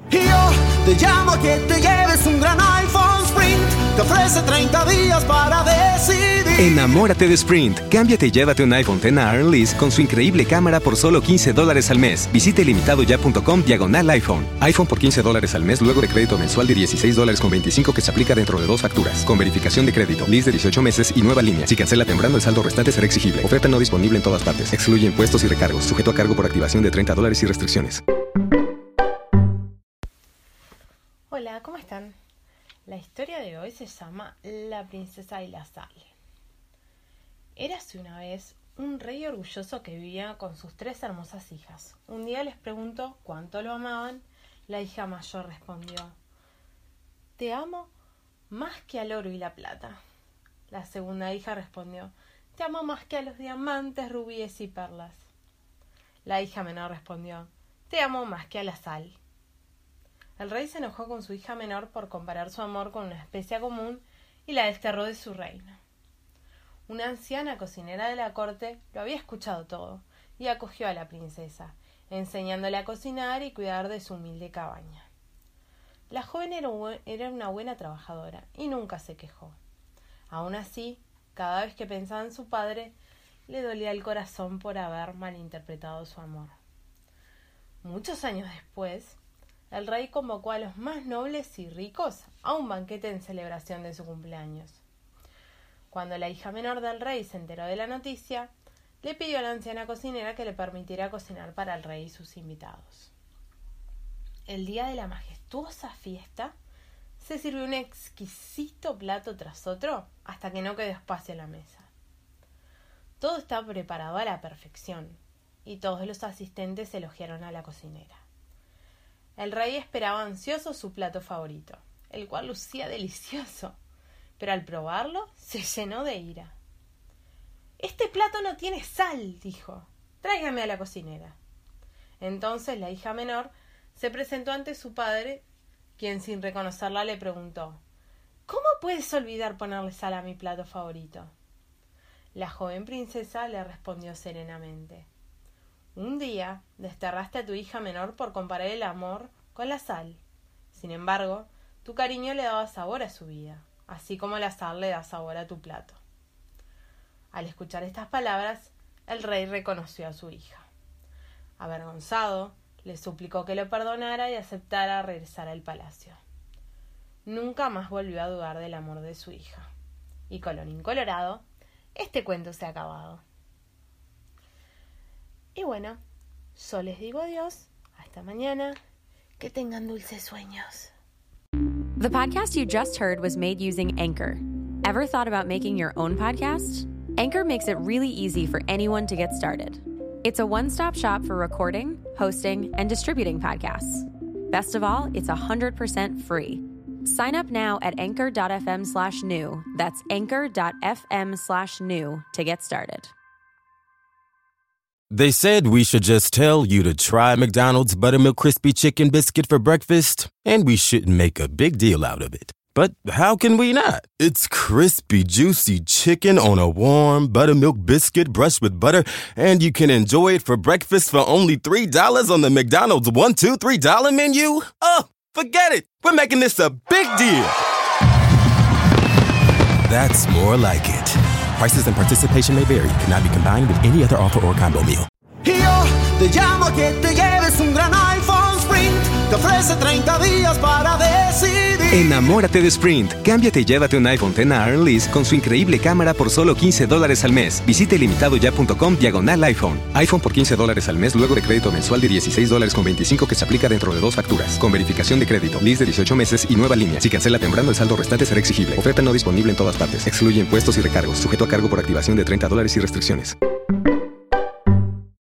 Y yo te llamo a que te lleves un gran iPhone Sprint. Te ofrece 30 días para decidir. Enamórate de Sprint. Cámbiate y llévate un iPhone XR Lease con su increíble cámara por solo $15 al mes. Visita ilimitadoya.com/iPhone. iPhone por $15 al mes luego de crédito mensual de $16.25 que se aplica dentro de 2 facturas. Con verificación de crédito, lease de 18 meses y nueva línea. Si cancela temprano, el saldo restante será exigible. Oferta no disponible en todas partes. Excluye impuestos y recargos. Sujeto a cargo por activación de $30 y restricciones. Hola, ¿cómo están? La historia de hoy se llama La princesa y la sal. Érase una vez un rey orgulloso que vivía con sus 3 hermosas hijas. Un día les preguntó cuánto lo amaban. La hija mayor respondió: te amo más que al oro y la plata. La segunda hija respondió: te amo más que a los diamantes, rubíes y perlas. La hija menor respondió: te amo más que a la sal. El rey se enojó con su hija menor por comparar su amor con una especia común y la desterró de su reino. Una anciana cocinera de la corte lo había escuchado todo y acogió a la princesa, enseñándole a cocinar y cuidar de su humilde cabaña. La joven era una buena trabajadora y nunca se quejó. Aun así, cada vez que pensaba en su padre, le dolía el corazón por haber malinterpretado su amor. Muchos años después, el rey convocó a los más nobles y ricos a un banquete en celebración de su cumpleaños. Cuando la hija menor del rey se enteró de la noticia, le pidió a la anciana cocinera que le permitiera cocinar para el rey y sus invitados. El día de la majestuosa fiesta, se sirvió un exquisito plato tras otro hasta que no quedó espacio en la mesa. Todo estaba preparado a la perfección y todos los asistentes elogiaron a la cocinera. El rey esperaba ansioso su plato favorito, el cual lucía delicioso, pero al probarlo se llenó de ira. «Este plato no tiene sal», dijo. «Tráigame a la cocinera». Entonces la hija menor se presentó ante su padre, quien sin reconocerla le preguntó: «¿Cómo puedes olvidar ponerle sal a mi plato favorito?». La joven princesa le respondió serenamente: «Un día desterraste a tu hija menor por comparar el amor con la sal. Sin embargo, tu cariño le daba sabor a su vida, así como la sal le da sabor a tu plato». Al escuchar estas palabras, el rey reconoció a su hija. Avergonzado, le suplicó que lo perdonara y aceptara regresar al palacio. Nunca más volvió a dudar del amor de su hija. Y colorín colorado, este cuento se ha acabado. Y bueno, yo les digo adiós, hasta mañana, que tengan dulces sueños. The podcast you just heard was made using Anchor. Ever thought about making your own podcast? Anchor makes it really easy for anyone to get started. It's a one-stop shop for recording, hosting, and distributing podcasts. Best of all, it's 100% free. Sign up now at anchor.fm/new. That's anchor.fm/new to get started. They said we should just tell you to try McDonald's Buttermilk Crispy Chicken Biscuit for breakfast, and we shouldn't make a big deal out of it. But how can we not? It's crispy, juicy chicken on a warm buttermilk biscuit brushed with butter, and you can enjoy it for breakfast for only $3 on the McDonald's $1, $2, $3 menu? Oh, forget it. We're making this a big deal. That's more like it. Prices and participation may vary. Cannot be combined with any other offer or combo meal. Y yo te llamo a que te lleves un gran iPhone Sprint. Te ofrece 30 días para decidir. Enamórate de Sprint. Cámbiate y llévate un iPhone XR Lease con su increíble cámara por solo $15 al mes. Visita ilimitadoya.com/iPhone. iPhone por $15 al mes luego de crédito mensual de $16.25 que se aplica dentro de 2 facturas. Con verificación de crédito, lease de 18 meses y nueva línea. Si cancela temprano, el saldo restante será exigible. Oferta no disponible en todas partes. Excluye impuestos y recargos. Sujeto a cargo por activación de $30 y restricciones.